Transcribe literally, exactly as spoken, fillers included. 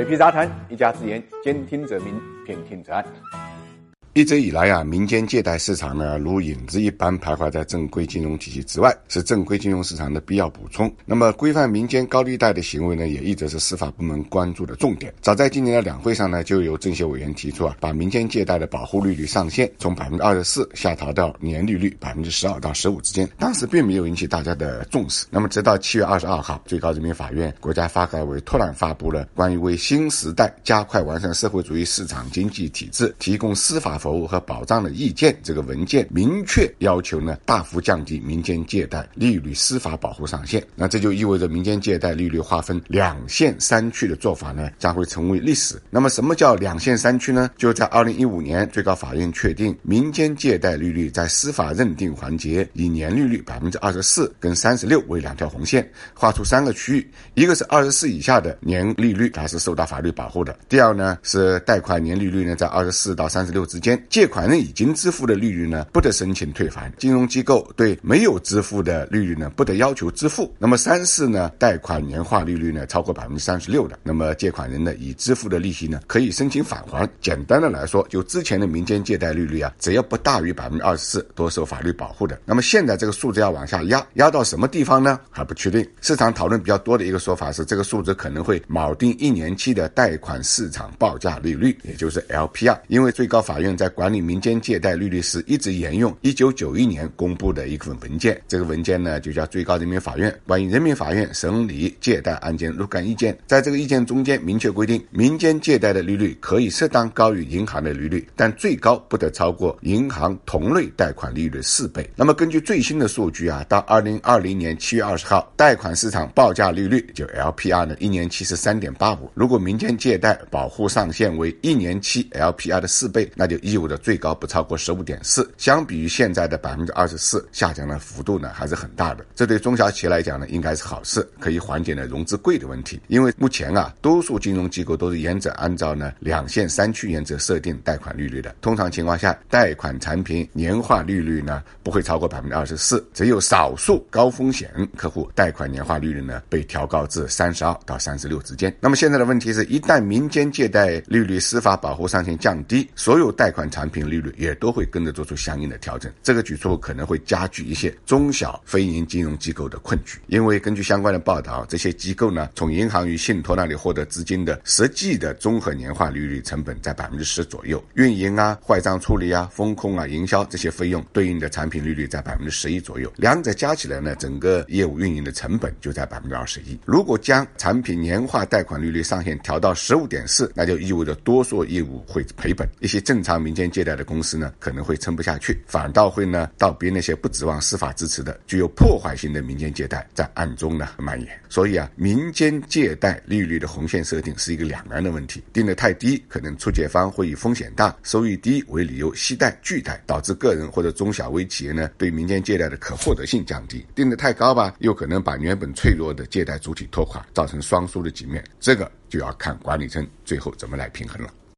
水皮杂谈，一家之言，兼听则明，偏听则暗。 一直以来啊，民间借贷市场呢，如影子一般徘徊在正规金融体系之外，是正规金融市场的必要补充。那么，规范民间高利贷的行为呢，也一直是司法部门关注的重点。早在今年的两会上呢，就有政协委员提出啊，把民间借贷的保护利率上限从百分之二十四下调到年利率百分之十二到十五之间。当时并没有引起大家的重视。那么，直到七月二十二号，最高人民法院、国家发改委突然发布了关于为新时代加快完善社会主义市场经济体制提供司法服务和保障的意见，这个文件明确要求呢，大幅降低民间借贷利率司法保护上限。那这就意味着民间借贷利率划分两线三区的做法呢，将会成为历史。那么什么叫两线三区呢？就在二零一五年，最高法院确定民间借贷利率在司法认定环节以年利率百分之二十四跟三十六为两条红线，划出三个区域，一个是二十四以下的年利率，它是受到法律保护的；第二呢，是贷款年利率呢在二十四到三十六之间，借款人已经支付的利率呢，不得申请退还。金融机构对没有支付的利率呢，不得要求支付。那么三四呢，贷款年化利率呢超过百分之三十六的，那么借款人呢已支付的利息呢，可以申请返还。简单的来说，就之前的民间借贷利率啊，只要不大于百分之二十四，都受法律保护的。那么现在这个数字要往下压，压到什么地方呢？还不确定。市场讨论比较多的一个说法是，这个数字可能会锚定一年期的贷款市场报价利率，也就是 L P R。因为最高法院在管理民间借贷利率时一直沿用一九九一年公布的一份文件，这个文件呢就叫最高人民法院关于人民法院审理借贷案件若干意见。在这个意见中间明确规定，民间借贷的利率可以适当高于银行的利率，但最高不得超过银行同类贷款利率的四倍。那么根据最新的数据啊，到二零二零年七月二十号，贷款市场报价利率就 L P R 呢，一年期是 三点八五。如果民间借贷保护上限为一年期 L P R 的四倍，那就意味着最高不超过 十五点四， 相比于现在的 百分之二十四， 下降的幅度呢还是很大的。这对中小企业来讲呢，应该是好事，可以缓解呢融资贵的问题。因为目前啊，多数金融机构都是沿着按照呢两线三区原则设定贷款利率的。通常情况下，贷款产品年化利率呢不会超过 百分之二十四， 只有少数高风险客户贷款年化利率呢被调高至三十二到三十六之间。那么现在的问题是，一旦民间借贷利率司法保护上限降低，所有贷款产品利率也都会跟着做出相应的调整。这个举措可能会加剧一些中小非银金融机构的困局，因为根据相关的报道，这些机构呢从银行与信托那里获得资金的实际的综合年化利率成本在 百分之十 左右，运营啊、坏账处理啊、风控啊、营销这些费用对应的产品利率在 百分之十一 左右，两者加起来呢，整个业务运营的成本就在 百分之二十一。如果将产品年化贷款利率上限调到 十五点四， 那就意味着多数业务会赔本，一些正常民间借贷的公司呢可能会撑不下去，反倒会呢倒逼那些不指望司法支持的具有破坏性的民间借贷在暗中呢蔓延。所以啊，民间借贷利率的红线设定是一个两难的问题，定得太低，可能出借方会以风险大、收益低为理由惜贷拒贷，导致个人或者中小微企业呢对民间借贷的可获得性降低；定得太高吧，又可能把原本脆弱的借贷主体拖垮，造成双输的局面。这个就要看管理层最后怎么来平衡了。